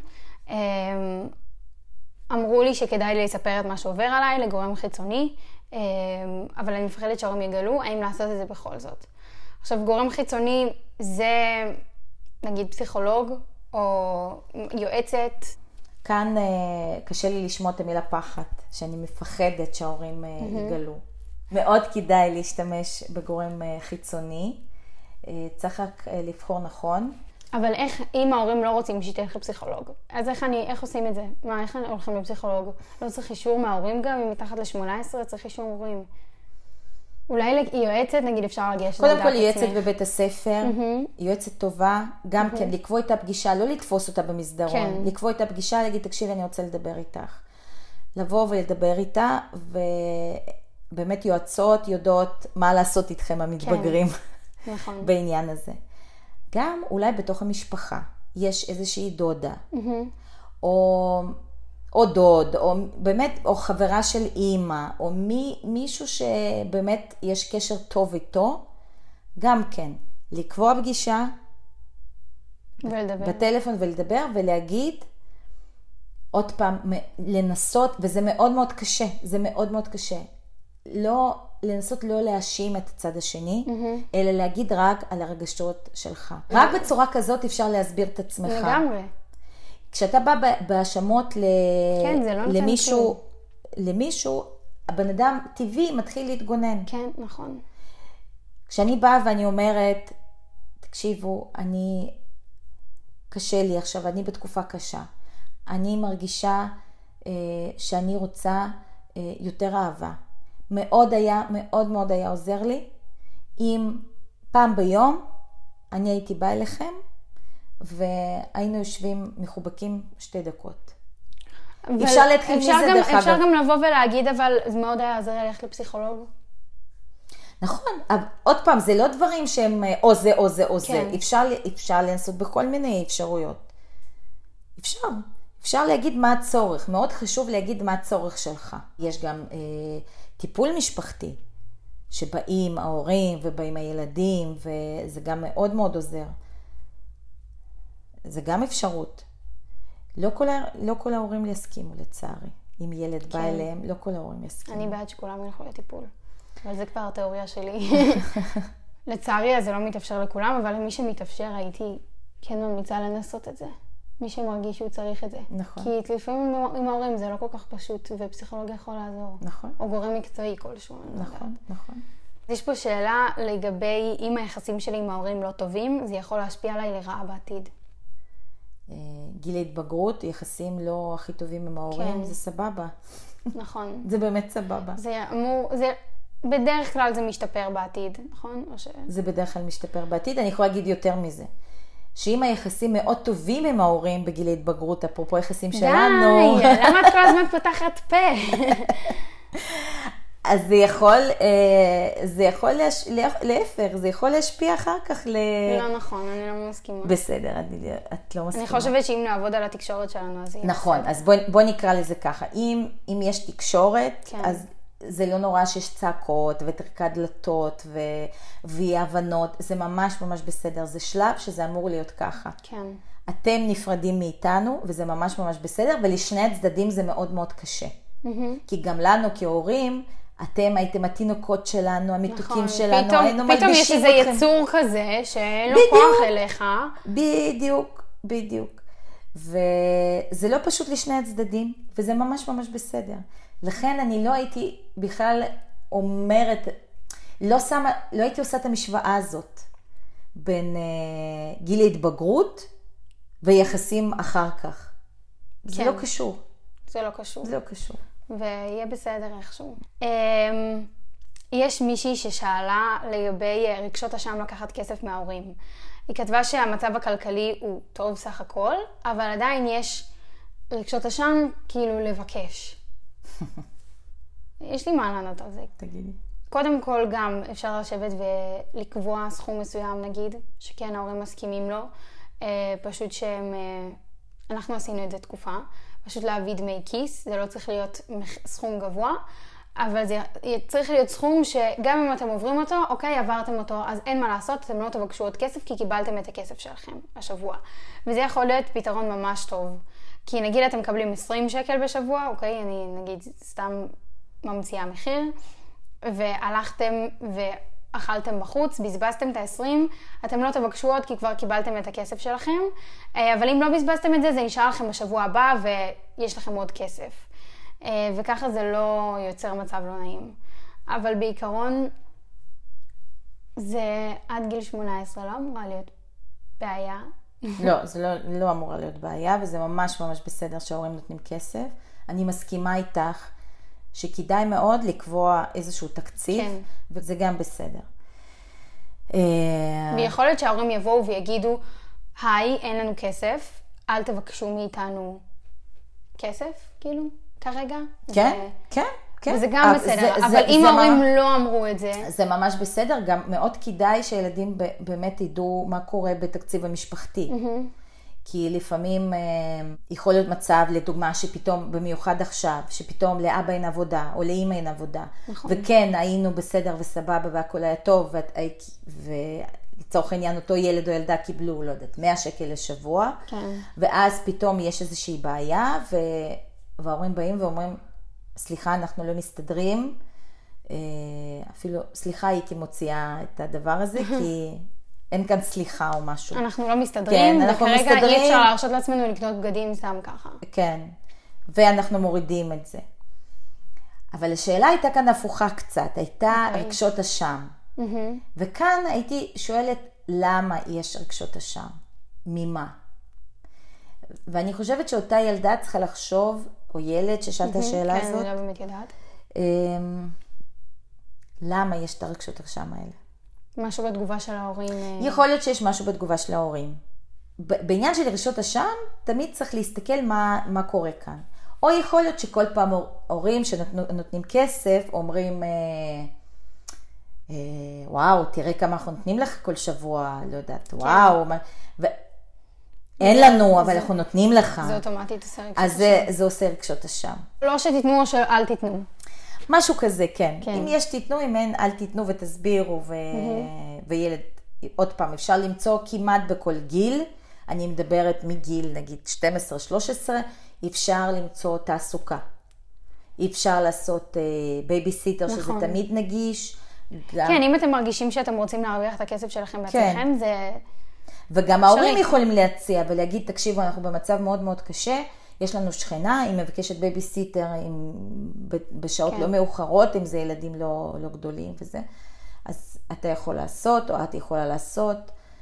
אמרו לי שכדאי לי לספר את מה שעובר עליי לגורם חיצוני, אבל אני מפחדת שההורים יגלו, האם לעשות את זה בכל זאת. עכשיו, גורם חיצוני זה נגיד פסיכולוג, או יועצת. כאן קשה לי לשמוע את המילה פחד, שאני מפחדת שההורים יגלו. מאוד כדאי להשתמש בגורם חיצוני, צריך רק לבחור נכון. אבל איך, אם ההורים לא רוצים שתלך לפסיכולוג, אז איך עושים את זה? איך הולכים לפסיכולוג? לא צריך אישור מההורים גם, אם מתחת ל-18 צריך אישור הורים. אולי יועצת, נגיד, אפשר לגשת. קודם כל יועצת בבית הספר, יועצת טובה, גם כן, לקבוע את הפגישה, לא לתפוס אותה במסדרון, לקבוע את הפגישה, להגיד, תקשיב, אני רוצה לדבר איתך. לבוא ולדבר איתה, ובאמת יועצות יודעות מה לעשות איתכם המתבגרים בעניין הזה. גם אולי בתוך המשפחה יש איזושהי דודה, או דוד, או באמת, או חברה של אימא, או מישהו שבאמת יש קשר טוב איתו, גם כן, לקבוע פגישה, בטלפון ולדבר, ולהגיד, עוד פעם, לנסות, וזה מאוד מאוד קשה, זה מאוד מאוד קשה, לנסות לא להאשים את הצד השני, אלא להגיד רק על הרגשות שלך. רק בצורה כזאת אפשר להסביר את עצמך. לגמרי. כשאתה בא בהאשמות למישהו, הבן אדם טבעי מתחיל להתגונן. כן, נכון. כשאני באה ואני אומרת, תקשיבו, קשה לי עכשיו, אני בתקופה קשה. אני מרגישה שאני רוצה יותר אהבה. מאוד מאוד היה עוזר לי, אם פעם ביום אני הייתי באה אליכם, והיינו יושבים מחובקים 2 דקות. אפשר להתחיל מזה דרך אגב. אפשר גם לבוא ולהגיד, אבל זה מאוד היה עזר ללכת לפסיכולוג. נכון, עוד פעם, זה לא דברים שהם או זה או זה או זה. אפשר לנסות בכל מיני אפשרויות. אפשר להגיד מה הצורך. מאוד חשוב להגיד מה הצורך שלך. יש גם טיפול משפחתי, שבאים ההורים ובאים הילדים, וזה גם מאוד מאוד עוזר. זה גם אפשרות. לא כל ההורים יסכימו, לצערי. אם ילד בא אליהם, לא כל ההורים יסכימו. אני בעד שכולם ילכו לטיפול. אבל זה כבר התיאוריה שלי. לצערי, זה לא מתאפשר לכולם, אבל למי שמתאפשר, הייתי כן ממליצה לנסות את זה. מי שמרגיש שהוא צריך את זה. נכון. כי לפעמים עם ההורים זה לא כל כך פשוט, ופסיכולוגיה יכול לעזור. נכון. או גורם מקצועי כלשהו. נכון. יש פה שאלה לגבי אם היחסים שלי עם ההורים לא טובים, זה יכול להשפיע עליי לרעה בעתיד. גיל ההתבגרות, יחסים לא הכי טובים עם ההורים, זה סבבה. נכון. זה באמת סבבה. בדרך כלל זה משתפר בעתיד, נכון? זה בדרך כלל משתפר בעתיד. אני יכולה להגיד יותר מזה. שאם היחסים מאוד טובים עם ההורים בגיל ההתבגרות, אפרופו יחסים שלנו. די, למה את כל הזמן פותחת פה? אז זה יכול להפך, זה יכול להשפיע אחר כך לא נכון, אני לא מסכימה. בסדר, את לא מסכימה. אני חושבת שאם נעבוד על התקשורת שלנו, אז יהיה נכון, אז בוא נקרא לזה ככה. אם יש תקשורת, אז זה לא נורא שיש צעקות וטרקת דלתות ואי הבנות, זה ממש ממש בסדר. זה שלב שזה אמור להיות ככה. כן. אתם נפרדים מאיתנו, וזה ממש ממש בסדר, ולשני הצדדים זה מאוד מאוד קשה. כי גם לנו כהורים, אתם הייתם התינוקות שלנו, המתוקים שלנו, היינו מלבישים פתאום יש איזה יצור כזה, שאין לו כוח אליך. בדיוק. וזה לא פשוט לשני הצדדים, וזה ממש ממש בסדר. לכן אני לא הייתי בכלל אומרת, לא הייתי עושה את המשוואה הזאת, בין גיל ההתבגרות ויחסים אחר כך. זה לא קשור. זה לא קשור. זה לא קשור. ויהיה בסדר איכשהו. יש מישהי ששאלה לגבי רגשות אשם לקחת כסף מההורים. היא כתבה שהמצב הכלכלי הוא טוב סך הכל, אבל עדיין יש רגשות אשם כאילו לבקש. יש לי מה לענות על זה. תגידי. קודם כל גם אפשר לשבת ולקבוע סכום מסוים נגיד, שכן ההורים מסכימים לו, פשוט אנחנו עשינו את זה תקופה, פשוט להביא דמי כיס, זה לא צריך להיות סכום גבוה, אבל זה צריך להיות סכום שגם אם אתם עוברים אותו, אוקיי, עברתם אותו, אז אין מה לעשות, אתם לא תבקשו עוד כסף, כי קיבלתם את הכסף שלכם השבוע. וזה יכול להיות פתרון ממש טוב. כי נגיד אתם מקבלים 20 שקל בשבוע, אוקיי, אני נגיד סתם ממציאה מחיר, והלכתם ואכלתם בחוץ, בזבזתם את ה-20, אתם לא תבקשו עוד כי כבר קיבלתם את הכסף שלכם, אבל אם לא בזבזתם את זה, זה נשאר לכם בשבוע הבא ויש לכם עוד כסף. וככה זה לא יוצר מצב לא נעים. אבל בעיקרון, זה עד גיל 18 לא אמורה להיות בעיה. לא, זה לא אמורה להיות בעיה, וזה ממש ממש בסדר שההורים נותנים כסף. אני מסכימה איתך שכדאי מאוד לקבוע איזשהו תקציב, כן. וזה גם בסדר. ויכול להיות שההורים יבואו ויגידו, היי, אין לנו כסף, אל תבקשו מאיתנו כסף, כאילו, כרגע. כן, כן. כן. וזה גם בסדר, אבל אם ההורים לא אמרו את זה. זה ממש בסדר, גם מאוד כדאי שילדים באמת ידעו מה קורה בתקציב המשפחתי. כי לפעמים יכול להיות מצב, לדוגמה, שפתאום, במיוחד עכשיו, שפתאום לאבא אין עבודה, או לאמא אין עבודה. נכון. וכן, היינו בסדר וסבבה, והכל היה טוב, ולצורך העניין אותו ילד או ילדה קיבלו, לא יודעת, 100 שקל לשבוע. כן. ואז פתאום יש איזושהי בעיה, וההורים באים ואומרים, סליחה, אנחנו לא מסתדרים. אפילו, סליחה, הייתי מוציאה את הדבר הזה, כי אין כאן סליחה או משהו. אנחנו לא מסתדרים, כן, וכרגע אי אפשר להרשות לעצמנו לקנות בגדים סתם ככה. כן, ואנחנו מורידים את זה. אבל השאלה הייתה כאן הפוכה קצת, הייתה רגשות אשם. וכאן הייתי שואלת, למה יש רגשות אשם? ממה? ואני חושבת שאותה ילדה צריכה לחשוב, או ילד ששאל את השאלה הזאת. כן, אני לא באמת יודעת. למה יש את הרגשות אשם האלה? משהו בתגובה של ההורים. יכול להיות שיש משהו בתגובה של ההורים. בעניין של רגשות אשם, תמיד צריך להסתכל מה קורה כאן. או יכול להיות שכל פעם הורים שנותנים כסף, אומרים, וואו, תראה כמה אנחנו נותנים לך כל שבוע, לא יודעת, וואו. אין לנו, אבל אנחנו נותנים לך. זה אוטומטית עושה רגשות אשם. אז זה עושה רגשות אשם. לא שתיתנו או שאל תיתנו. משהו כזה, כן. אם יש תיתנו, אם אין, אל תיתנו ותסבירו, וילד, עוד פעם, אפשר למצוא כמעט בכל גיל, אני מדברת מגיל, נגיד, 12-13, אפשר למצוא תעסוקה. אפשר לעשות בייביסיטר, שזה תמיד נגיש. כן, אם אתם מרגישים שאתם רוצים להרוויח את הכסף שלכם בעצמכם, זה... וגם ההורים יכולים להציע ולהגיד, תקשיבו, אנחנו במצב מאוד מאוד קשה, יש לנו שכנה, היא מבקשת בייביסיטר בשעות לא מאוחרות, אם זה ילדים לא גדולים וזה. אז אתה יכול לעשות, או את יכולה לעשות.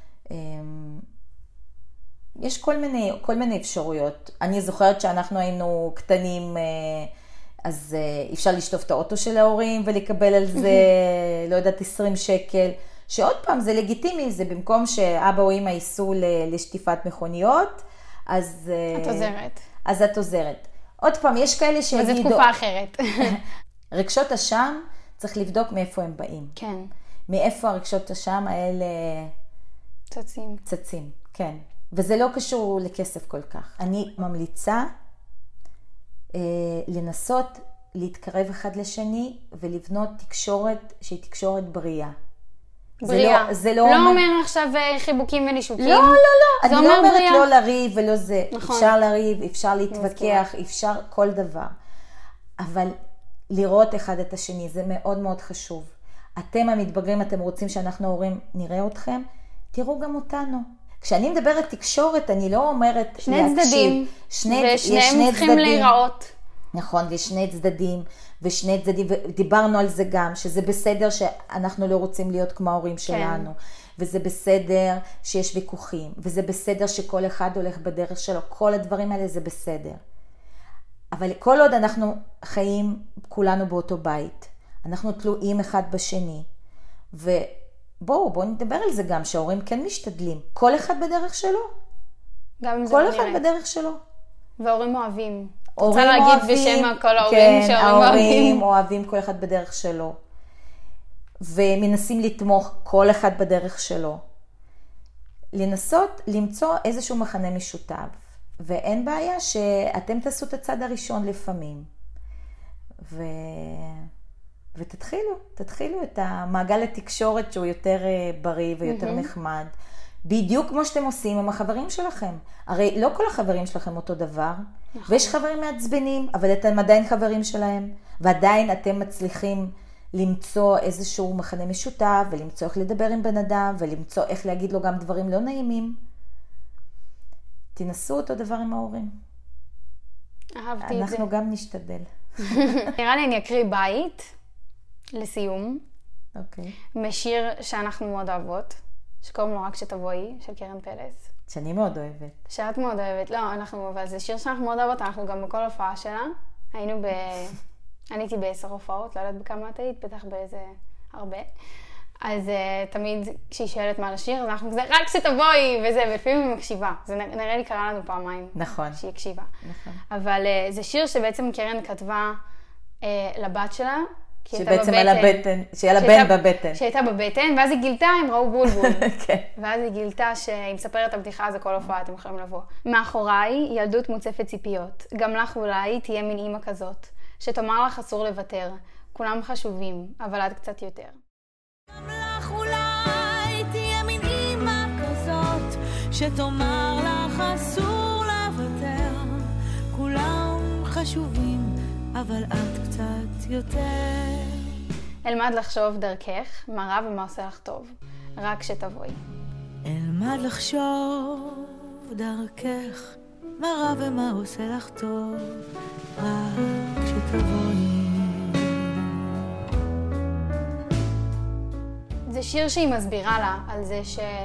יש כל מיני אפשרויות. אני זוכרת שאנחנו היינו קטנים, אז אפשר לשטוף את האוטו של ההורים ולקבל על זה, לא יודעת, 20 שקל. שעוד פעם, זה לגיטימי, זה במקום שאבא או אמא ייסעו לשטיפת מכוניות, אז... את עוזרת. אז את עוזרת. עוד פעם, יש כאלה שיגידו... וזו תקופה אחרת. רגשות אשם, צריך לבדוק מאיפה הם באים. כן. מאיפה הרגשות אשם האלה צצים, כן. וזה לא קשור לכסף כל כך. אני ממליצה לנסות להתקרב אחד לשני ולבנות תקשורת שהיא תקשורת בריאה. בריאה. זה לא אומר עכשיו חיבוקים ונישוקים. לא. אני לא אומרת לא לריב ולא זה. נכון. אפשר לריב, אפשר להתווכח, אפשר כל דבר. אבל לראות אחד את השני, זה מאוד מאוד חשוב. אתם המתבגרים, אתם רוצים שאנחנו ההורים נראה אתכם, תראו גם אותנו. כשאני מדברת תקשורת, אני לא אומרת שני צדדים, ושניהם צריכים להיראות. נכון, יש שני צדדים, ודיברנו על זה גם, שזה בסדר שאנחנו לא רוצים להיות כמו ההורים שלנו, וזה בסדר שיש ויכוחים, וזה בסדר שכל אחד הולך בדרך שלו, כל הדברים האלה זה בסדר. אבל כל עוד אנחנו חיים כולנו באותו בית, אנחנו תלויים אחד בשני, ובואו נדבר על זה גם, שההורים כן משתדלים, כל אחד בדרך שלו. גם זה כל אחד בדרך שלו. וההורים אוהבים. רוצה להגיד בשם כל ההורים שההורים אוהבים. אוהבים כל אחד בדרך שלו. ומנסים לתמוך כל אחד בדרך שלו. לנסות למצוא איזשהו מחנה משותף. ואין בעיה שאתם תעשו את הצד הראשון לפעמים. תתחילו את המעגל התקשורת שהוא יותר בריא ויותר נחמד. בדיוק כמו שאתם עושים עם החברים שלכם. הרי לא כל החברים שלכם אותו דבר. נכון. ויש חברים מעצבנים, אבל אתם עדיין חברים שלהם. ועדיין אתם מצליחים למצוא איזשהו מחנה משותף, ולמצוא איך לדבר עם בן אדם, ולמצוא איך להגיד לו גם דברים לא נעימים. תנסו אותו דבר עם ההורים. אהבתי את זה. אנחנו גם נשתדל. נראה לי אני אקריא בית, לסיום. אוקיי. משיר שאנחנו מאוד אוהבות, שקוראים לו רק שתבואי, של קרן פלס. שאני מאוד אוהבת. שאת מאוד אוהבת. לא, אבל זה שיר שאנחנו מאוד אוהבות, אנחנו גם בכל הופעה שלה. אני הייתי ב10 הופעות, לא יודעת בכמה את היית, בטח באיזה הרבה. אז תמיד כשהיא שואלת מה לשיר, אז אנחנו כזה, רק שתבואי וזה, ולפעמים היא מקשיבה. זה נראה לי קרה לנו פעמיים. נכון. שהיא הקשיבה. נכון. אבל זה שיר שבעצם קרן כתבה לבת שלה, שבעצם על הבטן, שהיה לה בן בבטן. שהייתה בבטן, ואז היא גילתה, הם ראו בולבול. כן. ואז היא גילתה שהיא מספרת את הבדיחה, אז הכל הופעה, אתם יכולים לבוא. מאחוריי, ילדות מוצפת ציפיות. גם לך אולי תהיה מין אימא כזאת, שתאמר לך אסור לוותר. כולם חשובים, אבל עד קצת יותר. גם לך אולי תהיה מין אימא כזאת, שתאמר לך אסור לוותר. כולם חשובים, אבל עד קצת יותר. אלמד לחשוב דרכך, מה רע ומה עושה לך טוב, רק שתבואי. אלמד לחשוב דרכך, מה רע ומה עושה לך טוב, רק שתבואי. זה שיר שהיא מסבירה לה על זה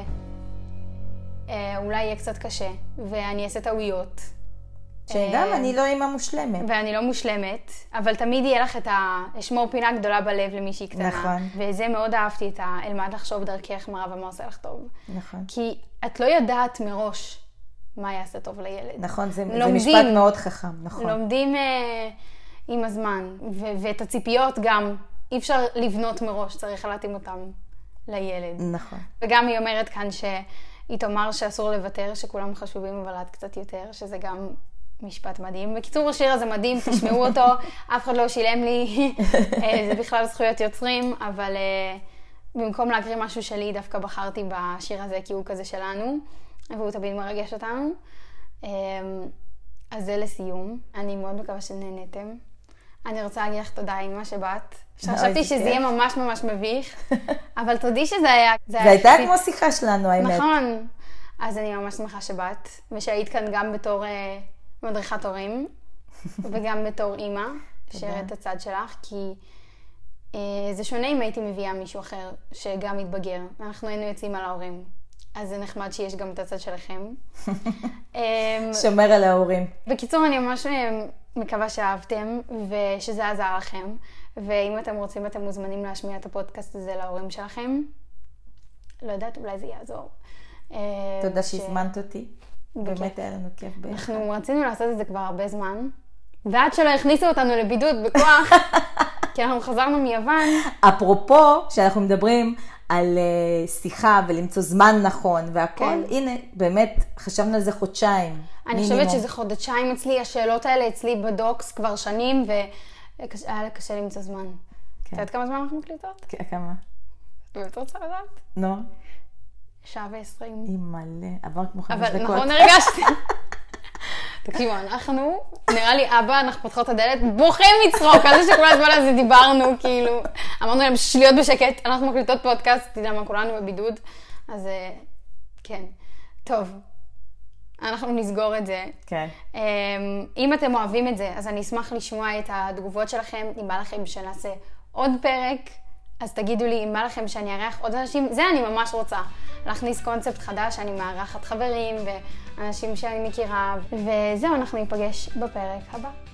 שאולי יהיה קצת קשה, ואני אעשה טעויות. שגם אני לא אימא מושלמת. ואני לא מושלמת, אבל תמיד יהיה לך לשמור פינה גדולה בלב למישהי קטנה. נכון. וזה מאוד אהבתי את אלמד לחשוב דרכך מה רע ומה עושה לך טוב. נכון. כי את לא יודעת מראש מה יעשה טוב לילד. נכון, זה משפט מאוד חכם, נכון. לומדים עם הזמן, ואת הציפיות גם אי אפשר לבנות מראש, צריך להתאים אותם לילד. נכון. וגם היא אומרת כאן שהיא תאמר שאסור לוותר, שכולם חשובים, אבל עד קצת יותר, שזה גם משפט מדהים. בקיצור, השיר הזה מדהים, תשמעו אותו, אף אחד לא שילם לי, זה בכלל זכויות יוצרים, אבל במקום להקריא משהו שלי, דווקא בחרתי בשיר הזה, כי הוא כזה שלנו, והוא תמיד מרגש אותנו. אז זה לסיום, אני מאוד מקווה שנהנתם. אני רוצה להגיד לך תודה, אמא שבאת. חשבתי שזה יהיה ממש ממש מביך, אבל תודי שזה היה... זה הייתה כמו שיחה שלנו, האמת. נכון. אז אני ממש שמחה שבאת, ושהיית כאן גם בתור מדריכת הורים, וגם בתור אמא, שהראית את הצד שלך, כי זה שונה אם הייתי מביאה מישהו אחר שגם מתבגר. אנחנו היינו יוצאים על ההורים. אז זה נחמד שיש גם את הצד שלכם. שומר על ההורים. בקיצור, אני ממש מקווה שאהבתם, ושזה עזר לכם. ואם אתם רוצים, אתם מוזמנים להשמיע את הפודקאסט הזה להורים שלכם. לא יודעת, אולי זה יעזור. תודה שהזמנת אותי. באמת היה לנו כיף ביחד. אנחנו רצינו לעשות את זה כבר הרבה זמן. ועד שלא הכניסו אותנו לבידוד בכוח, כי אנחנו חזרנו מיוון. אפרופו, שאנחנו מדברים על שיחה ולמצוא זמן נכון והכל, כן. הנה, באמת, חשבנו על זה חודשיים. אני חושבת שזה חודשיים אצלי, השאלות האלה אצלי בדוקס כבר שנים, והיה קשה למצוא זמן. כן. אתה יודעת כמה זמן אנחנו מקליטות? כן, כמה? ואת רוצה לדעת? נו. 1:20. היא מלא, עבר כמו 5 דקות. אבל נכון הרגשתי. תקשיבו, אנחנו, נראה לי אבא, אנחנו פותחות את הדלת, בוכים מצחוק, על זה שכל הזמן הזה דיברנו, כאילו, אמרנו להם להיות בשקט, אנחנו מקליטות פודקאסט, תדע מה, כולנו בבידוד, אז כן. טוב, אנחנו נסגור את זה. כן. אם אתם אוהבים את זה, אז אני אשמח לשמוע את התגובות שלכם, אם בא לכם שנעשה עוד פרק, אז תגידו לי, אם בא לכם שאני אארח עוד אנשים, זה אני ממש רוצה. להכניס קונספט חדש, אני מארחת חברים ואנשים שאני מכירה, וזהו, אנחנו ניפגש בפרק הבא.